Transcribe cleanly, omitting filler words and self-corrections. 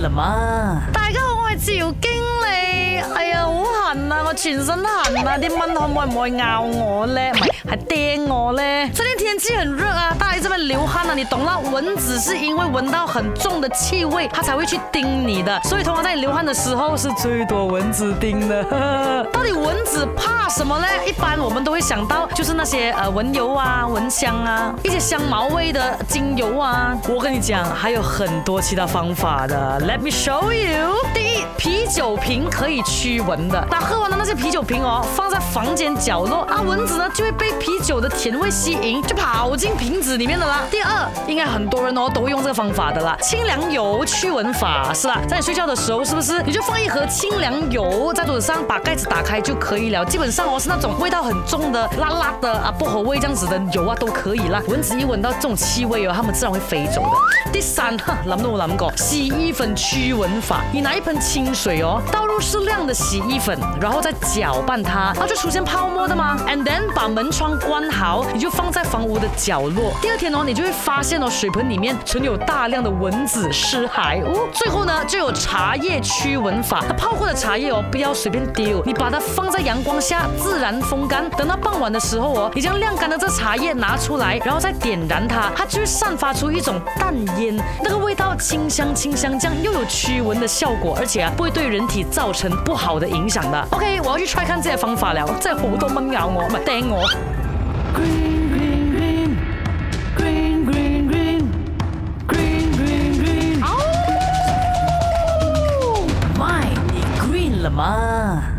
了嗎？ 大家好，我係趙經理。哎呀，好痕啊，我全身痕啊，啲蚊可唔可以咬我呢？唔係，係叮我呢。最近天氣很熱啊，大家這邊流汗啊，你懂啦？蚊子是因為聞到很重的氣味，它才會去叮你的。所以通常在你流汗的時候，是最多蚊子叮的。到底蚊子怕什麼呢？一般我們都會想到，就是那些蚊油啊、蚊香啊，一些香茅味的精油啊。我跟你講，還有很多其他方法的。Let me show you。第一，啤酒瓶可以驅蚊的。打喝完的那些啤酒瓶哦，放在房間角落啊，蚊子呢就會被啤酒的甜味吸引，就跑進瓶子裡面的啦。第二，應該很多人哦都會用這個方法的啦，清涼油驅蚊法是啦，在你睡覺的時候，是不是你就放一盒清涼油在桌子上，把蓋子打開就可以了。基本上哦是那種味道很重的、辣辣的啊、薄荷味這樣子的油啊都可以啦。蚊子一聞到這種氣味哦，它們自然會飛走的。第三，諗都冇諗過，洗衣粉驅蚊法。你拿一盆清水哦，倒入適量的洗衣粉，然後再攪拌它，然後就出現泡沫的嘛。And then 把門窗關好，你就放在房屋的角落。第二天哦，你就會發現哦，水盆裡面存有大量的蚊子屍骸。最後呢，就有茶葉驅蚊法。那泡過的茶葉哦，不要隨便丟，你把它放在陽光下自然風乾。等到傍晚的時候哦，你將晾乾的這茶葉拿出來，然後再點燃它，它就會散發出一種淡煙，那個味道清香清香，這樣又有驅蚊的效果，而且啊不會對人體造成不好的影響的。OK， 我要去 try 看這些方法了，真係好多蚊咬我，唔係叮我。Green green green green green green green green green。 My， 你 green 了嗎？